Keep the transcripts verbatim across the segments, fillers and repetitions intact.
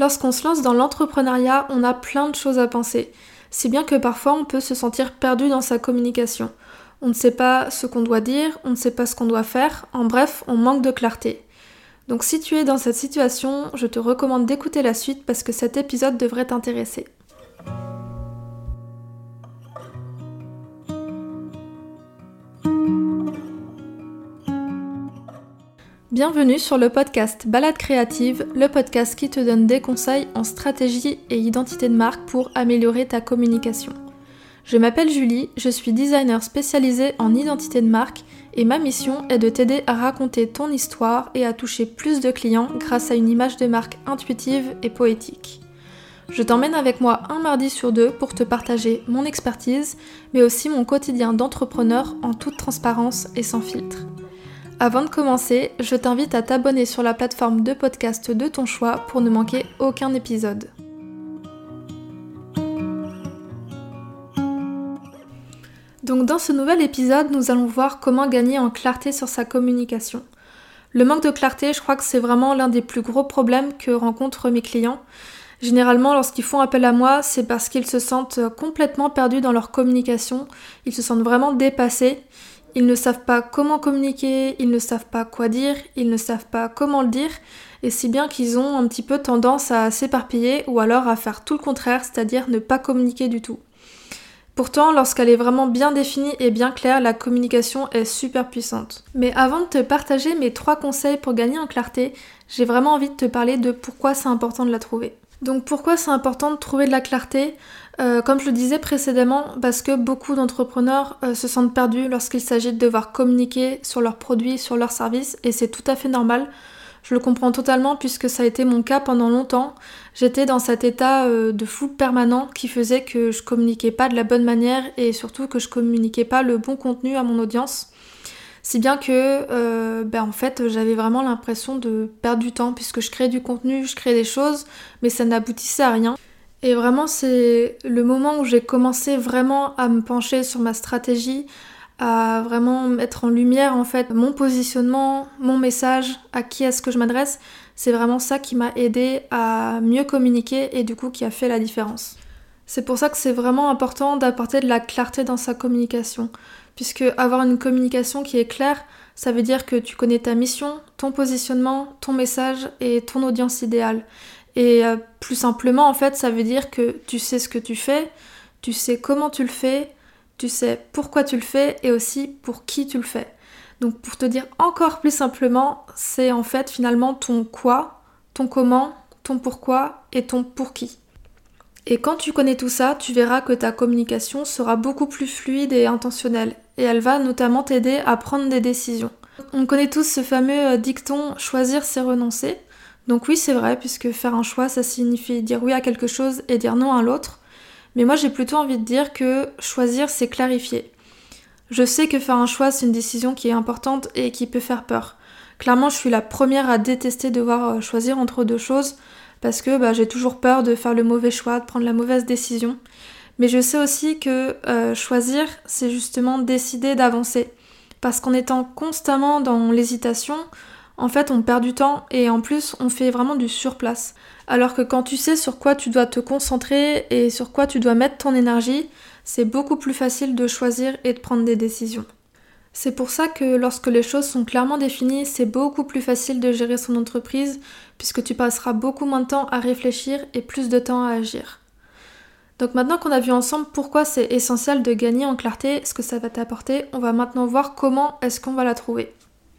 Lorsqu'on se lance dans l'entrepreneuriat, on a plein de choses à penser, si bien que parfois on peut se sentir perdu dans sa communication. On ne sait pas ce qu'on doit dire, on ne sait pas ce qu'on doit faire, en bref, on manque de clarté. Donc si tu es dans cette situation, je te recommande d'écouter la suite parce que cet épisode devrait t'intéresser. Bienvenue sur le podcast Balade créative, le podcast qui te donne des conseils en stratégie et identité de marque pour améliorer ta communication. Je m'appelle Julie, je suis designer spécialisée en identité de marque et ma mission est de t'aider à raconter ton histoire et à toucher plus de clients grâce à une image de marque intuitive et poétique. Je t'emmène avec moi un mardi sur deux pour te partager mon expertise, mais aussi mon quotidien d'entrepreneur en toute transparence et sans filtre. Avant de commencer, je t'invite à t'abonner sur la plateforme de podcast de ton choix pour ne manquer aucun épisode. Donc dans ce nouvel épisode, nous allons voir comment gagner en clarté sur sa communication. Le manque de clarté, je crois que c'est vraiment l'un des plus gros problèmes que rencontrent mes clients. Généralement, lorsqu'ils font appel à moi, c'est parce qu'ils se sentent complètement perdus dans leur communication, ils se sentent vraiment dépassés. Ils ne savent pas comment communiquer, ils ne savent pas quoi dire, ils ne savent pas comment le dire, et si bien qu'ils ont un petit peu tendance à s'éparpiller ou alors à faire tout le contraire, c'est-à-dire ne pas communiquer du tout. Pourtant, lorsqu'elle est vraiment bien définie et bien claire, la communication est super puissante. Mais avant de te partager mes trois conseils pour gagner en clarté, j'ai vraiment envie de te parler de pourquoi c'est important de la trouver. Donc pourquoi c'est important de trouver de la clarté ? Euh, comme je le disais précédemment, parce que beaucoup d'entrepreneurs euh, se sentent perdus lorsqu'il s'agit de devoir communiquer sur leurs produits, sur leurs services, et c'est tout à fait normal. Je le comprends totalement puisque ça a été mon cas pendant longtemps. J'étais dans cet état euh, de flou permanent qui faisait que je communiquais pas de la bonne manière et surtout que je communiquais pas le bon contenu à mon audience. Si bien que, euh, ben en fait, j'avais vraiment l'impression de perdre du temps puisque je créais du contenu, je créais des choses, mais ça n'aboutissait à rien. Et vraiment, c'est le moment où j'ai commencé vraiment à me pencher sur ma stratégie, à vraiment mettre en lumière en fait mon positionnement, mon message, à qui est-ce que je m'adresse. C'est vraiment ça qui m'a aidée à mieux communiquer et du coup qui a fait la différence. C'est pour ça que c'est vraiment important d'apporter de la clarté dans sa communication. Puisque avoir une communication qui est claire, ça veut dire que tu connais ta mission, ton positionnement, ton message et ton audience idéale. Et euh, plus simplement, en fait, ça veut dire que tu sais ce que tu fais, tu sais comment tu le fais, tu sais pourquoi tu le fais et aussi pour qui tu le fais. Donc pour te dire encore plus simplement, c'est en fait finalement ton quoi, ton comment, ton pourquoi et ton pour qui. Et quand tu connais tout ça, tu verras que ta communication sera beaucoup plus fluide et intentionnelle. Et elle va notamment t'aider à prendre des décisions. On connaît tous ce fameux dicton « choisir c'est renoncer ». Donc oui, c'est vrai, puisque faire un choix, ça signifie dire oui à quelque chose et dire non à l'autre. Mais moi, j'ai plutôt envie de dire que choisir, c'est clarifier. Je sais que faire un choix, c'est une décision qui est importante et qui peut faire peur. Clairement, je suis la première à détester devoir choisir entre deux choses, parce que bah, j'ai toujours peur de faire le mauvais choix, de prendre la mauvaise décision. Mais je sais aussi que euh, choisir, c'est justement décider d'avancer. Parce qu'en étant constamment dans l'hésitation, en fait, on perd du temps et en plus, on fait vraiment du surplace. Alors que quand tu sais sur quoi tu dois te concentrer et sur quoi tu dois mettre ton énergie, c'est beaucoup plus facile de choisir et de prendre des décisions. C'est pour ça que lorsque les choses sont clairement définies, c'est beaucoup plus facile de gérer son entreprise puisque tu passeras beaucoup moins de temps à réfléchir et plus de temps à agir. Donc maintenant qu'on a vu ensemble pourquoi c'est essentiel de gagner en clarté, ce que ça va t'apporter, on va maintenant voir comment est-ce qu'on va la trouver.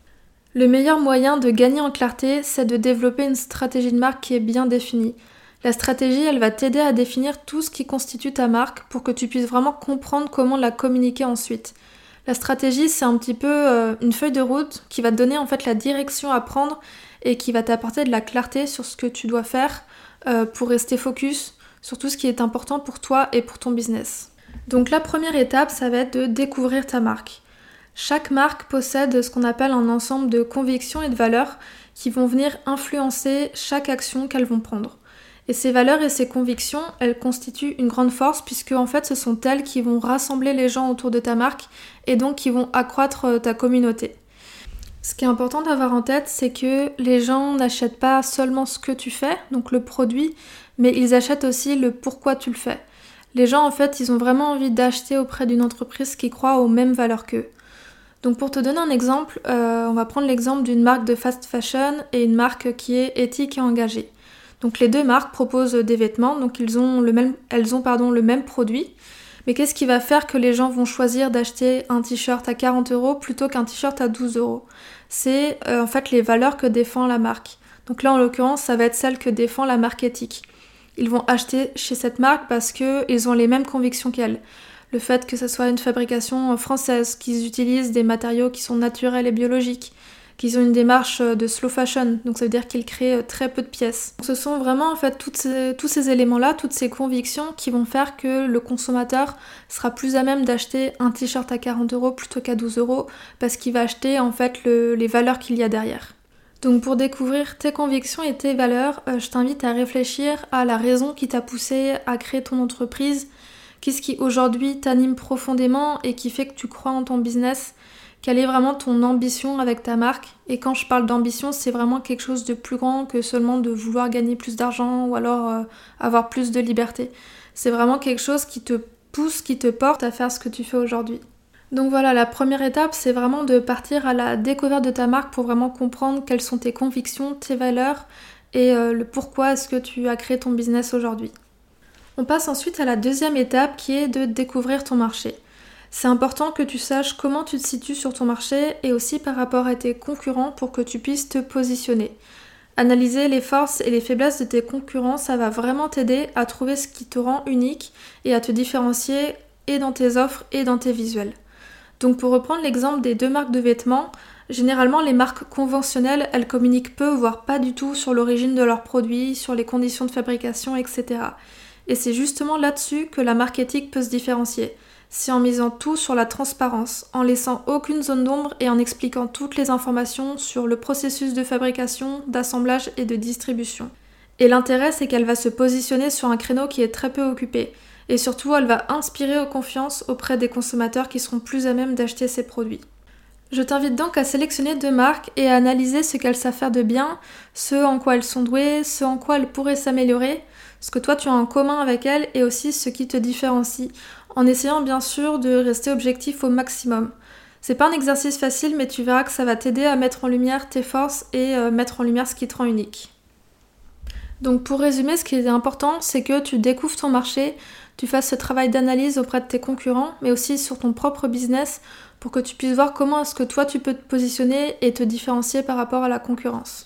Le meilleur moyen de gagner en clarté, c'est de développer une stratégie de marque qui est bien définie. La stratégie, elle va t'aider à définir tout ce qui constitue ta marque pour que tu puisses vraiment comprendre comment la communiquer ensuite. La stratégie, c'est un petit peu euh, une feuille de route qui va te donner en fait la direction à prendre et qui va t'apporter de la clarté sur ce que tu dois faire euh, pour rester focus sur tout ce qui est important pour toi et pour ton business. Donc la première étape, ça va être de découvrir ta marque. Chaque marque possède ce qu'on appelle un ensemble de convictions et de valeurs qui vont venir influencer chaque action qu'elles vont prendre. Et ces valeurs et ces convictions, elles constituent une grande force puisque en fait ce sont elles qui vont rassembler les gens autour de ta marque et donc qui vont accroître ta communauté. Ce qui est important d'avoir en tête, c'est que les gens n'achètent pas seulement ce que tu fais, donc le produit, mais ils achètent aussi le pourquoi tu le fais. Les gens, en fait, ils ont vraiment envie d'acheter auprès d'une entreprise qui croit aux mêmes valeurs qu'eux. Donc pour te donner un exemple, euh, on va prendre l'exemple d'une marque de fast fashion et une marque qui est éthique et engagée. Donc les deux marques proposent des vêtements, donc ils ont le même, elles ont pardon, le même produit. Mais qu'est-ce qui va faire que les gens vont choisir d'acheter un t-shirt à quarante euros plutôt qu'un t-shirt à douze euros? C'est euh, en fait les valeurs que défend la marque. Donc là en l'occurrence, ça va être celle que défend la marque éthique. Ils vont acheter chez cette marque parce qu'ils ont les mêmes convictions qu'elle. Le fait que ce soit une fabrication française, qu'ils utilisent des matériaux qui sont naturels et biologiques, qu'ils ont une démarche de slow fashion, donc ça veut dire qu'ils créent très peu de pièces. Donc ce sont vraiment en fait toutes ces, tous ces éléments-là, toutes ces convictions qui vont faire que le consommateur sera plus à même d'acheter un t-shirt à quarante euros plutôt qu'à douze euros parce qu'il va acheter en fait le, les valeurs qu'il y a derrière. Donc pour découvrir tes convictions et tes valeurs, euh, je t'invite à réfléchir à la raison qui t'a poussé à créer ton entreprise. Qu'est-ce qui aujourd'hui t'anime profondément et qui fait que tu crois en ton business? Quelle est vraiment ton ambition avec ta marque? Et quand je parle d'ambition, c'est vraiment quelque chose de plus grand que seulement de vouloir gagner plus d'argent ou alors euh, avoir plus de liberté. C'est vraiment quelque chose qui te pousse, qui te porte à faire ce que tu fais aujourd'hui. Donc voilà, la première étape, c'est vraiment de partir à la découverte de ta marque pour vraiment comprendre quelles sont tes convictions, tes valeurs et euh, le pourquoi est-ce que tu as créé ton business aujourd'hui. On passe ensuite à la deuxième étape qui est de découvrir ton marché. C'est important que tu saches comment tu te situes sur ton marché et aussi par rapport à tes concurrents pour que tu puisses te positionner. Analyser les forces et les faiblesses de tes concurrents, ça va vraiment t'aider à trouver ce qui te rend unique et à te différencier et dans tes offres et dans tes visuels. Donc pour reprendre l'exemple des deux marques de vêtements, généralement les marques conventionnelles, elles communiquent peu voire pas du tout sur l'origine de leurs produits, sur les conditions de fabrication, et cetera. Et c'est justement là-dessus que la marque éthique peut se différencier. C'est en misant tout sur la transparence, en laissant aucune zone d'ombre et en expliquant toutes les informations sur le processus de fabrication, d'assemblage et de distribution. Et l'intérêt, c'est qu'elle va se positionner sur un créneau qui est très peu occupé. Et surtout, elle va inspirer confiance auprès des consommateurs qui seront plus à même d'acheter ces produits. Je t'invite donc à sélectionner deux marques et à analyser ce qu'elles savent faire de bien, ce en quoi elles sont douées, ce en quoi elles pourraient s'améliorer, ce que toi tu as en commun avec elles et aussi ce qui te différencie, en essayant bien sûr de rester objectif au maximum. C'est pas un exercice facile, mais tu verras que ça va t'aider à mettre en lumière tes forces et euh, mettre en lumière ce qui te rend unique. Donc pour résumer, ce qui est important, c'est que tu découvres ton marché, tu fasses ce travail d'analyse auprès de tes concurrents, mais aussi sur ton propre business, pour que tu puisses voir comment est-ce que toi tu peux te positionner et te différencier par rapport à la concurrence.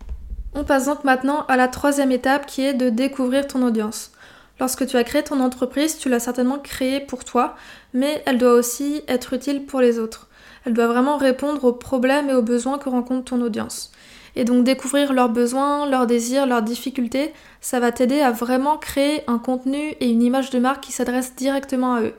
On passe donc maintenant à la troisième étape qui est de découvrir ton audience. Lorsque tu as créé ton entreprise, tu l'as certainement créée pour toi, mais elle doit aussi être utile pour les autres. Elle doit vraiment répondre aux problèmes et aux besoins que rencontre ton audience. Et donc découvrir leurs besoins, leurs désirs, leurs difficultés, ça va t'aider à vraiment créer un contenu et une image de marque qui s'adresse directement à eux.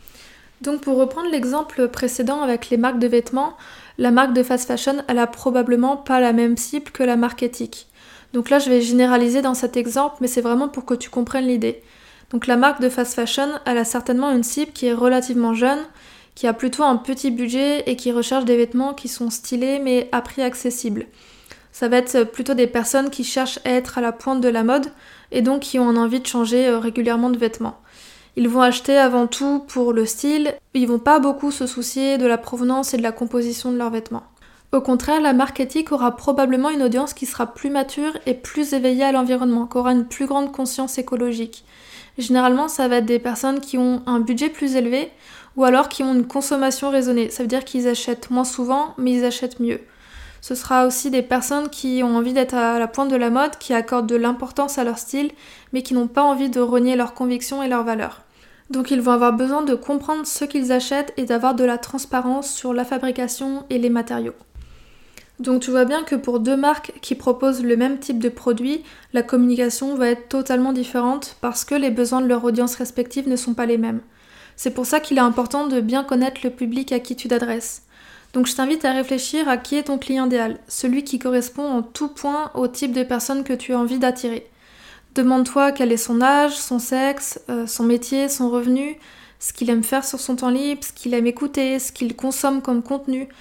Donc pour reprendre l'exemple précédent avec les marques de vêtements, la marque de fast fashion, elle a probablement pas la même cible que la marque éthique. Donc là, je vais généraliser dans cet exemple, mais c'est vraiment pour que tu comprennes l'idée. Donc la marque de fast fashion, elle a certainement une cible qui est relativement jeune, qui a plutôt un petit budget et qui recherche des vêtements qui sont stylés mais à prix accessible. Ça va être plutôt des personnes qui cherchent à être à la pointe de la mode et donc qui ont envie de changer régulièrement de vêtements. Ils vont acheter avant tout pour le style, ils vont pas beaucoup se soucier de la provenance et de la composition de leurs vêtements. Au contraire, la marque éthique aura probablement une audience qui sera plus mature et plus éveillée à l'environnement, qui aura une plus grande conscience écologique. Généralement, ça va être des personnes qui ont un budget plus élevé ou alors qui ont une consommation raisonnée. Ça veut dire qu'ils achètent moins souvent, mais ils achètent mieux. Ce sera aussi des personnes qui ont envie d'être à la pointe de la mode, qui accordent de l'importance à leur style, mais qui n'ont pas envie de renier leurs convictions et leurs valeurs. Donc ils vont avoir besoin de comprendre ce qu'ils achètent et d'avoir de la transparence sur la fabrication et les matériaux. Donc tu vois bien que pour deux marques qui proposent le même type de produit, la communication va être totalement différente parce que les besoins de leur audience respective ne sont pas les mêmes. C'est pour ça qu'il est important de bien connaître le public à qui tu t'adresses. Donc je t'invite à réfléchir à qui est ton client idéal, celui qui correspond en tout point au type de personne que tu as envie d'attirer. Demande-toi quel est son âge, son sexe, euh, son métier, son revenu, ce qu'il aime faire sur son temps libre, ce qu'il aime écouter, ce qu'il consomme comme contenu.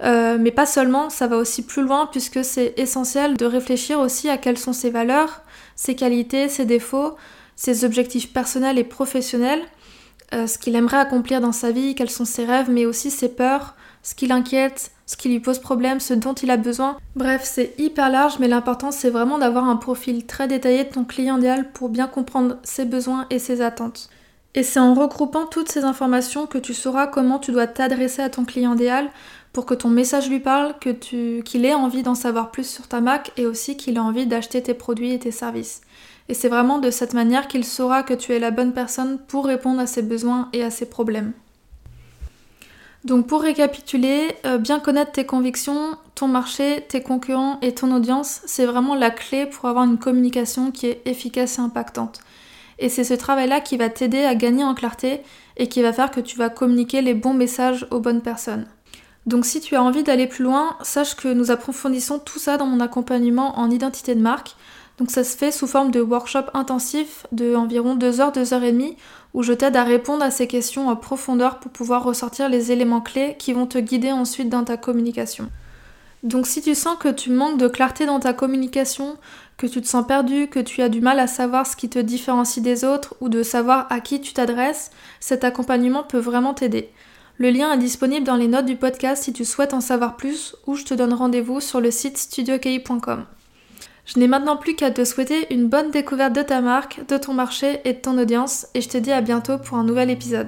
Euh, mais pas seulement, ça va aussi plus loin puisque c'est essentiel de réfléchir aussi à quelles sont ses valeurs, ses qualités, ses défauts, ses objectifs personnels et professionnels, euh, ce qu'il aimerait accomplir dans sa vie, quels sont ses rêves, mais aussi ses peurs, ce qui l'inquiète, ce qui lui pose problème, ce dont il a besoin. Bref, c'est hyper large, mais l'important c'est vraiment d'avoir un profil très détaillé de ton client idéal pour bien comprendre ses besoins et ses attentes. Et c'est en regroupant toutes ces informations que tu sauras comment tu dois t'adresser à ton client idéal pour que ton message lui parle, que tu, qu'il ait envie d'en savoir plus sur ta marque et aussi qu'il ait envie d'acheter tes produits et tes services. Et c'est vraiment de cette manière qu'il saura que tu es la bonne personne pour répondre à ses besoins et à ses problèmes. Donc pour récapituler, euh, bien connaître tes convictions, ton marché, tes concurrents et ton audience, c'est vraiment la clé pour avoir une communication qui est efficace et impactante. Et c'est ce travail-là qui va t'aider à gagner en clarté et qui va faire que tu vas communiquer les bons messages aux bonnes personnes. Donc si tu as envie d'aller plus loin, sache que nous approfondissons tout ça dans mon accompagnement en identité de marque. Donc ça se fait sous forme de workshop intensif de environ deux heures, deux heures et demie, où je t'aide à répondre à ces questions en profondeur pour pouvoir ressortir les éléments clés qui vont te guider ensuite dans ta communication. Donc si tu sens que tu manques de clarté dans ta communication, que tu te sens perdu, que tu as du mal à savoir ce qui te différencie des autres ou de savoir à qui tu t'adresses, cet accompagnement peut vraiment t'aider. Le lien est disponible dans les notes du podcast si tu souhaites en savoir plus ou je te donne rendez-vous sur le site studio k i point com. Je n'ai maintenant plus qu'à te souhaiter une bonne découverte de ta marque, de ton marché et de ton audience et je te dis à bientôt pour un nouvel épisode.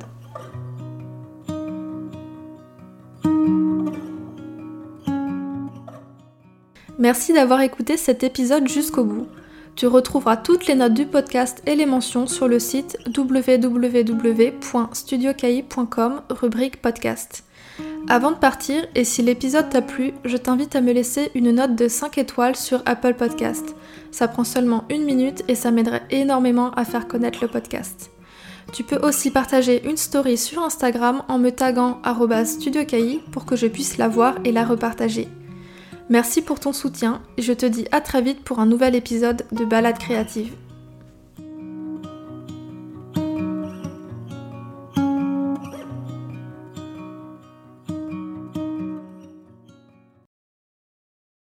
Merci d'avoir écouté cet épisode jusqu'au bout. Tu retrouveras toutes les notes du podcast et les mentions sur le site w w w point studio k i point com, rubrique podcast. Avant de partir, et si l'épisode t'a plu, je t'invite à me laisser une note de cinq étoiles sur Apple Podcast. Ça prend seulement une minute et ça m'aiderait énormément à faire connaître le podcast. Tu peux aussi partager une story sur Instagram en me taguant arobase studio k i pour que je puisse la voir et la repartager. Merci pour ton soutien et je te dis à très vite pour un nouvel épisode de Balade créative.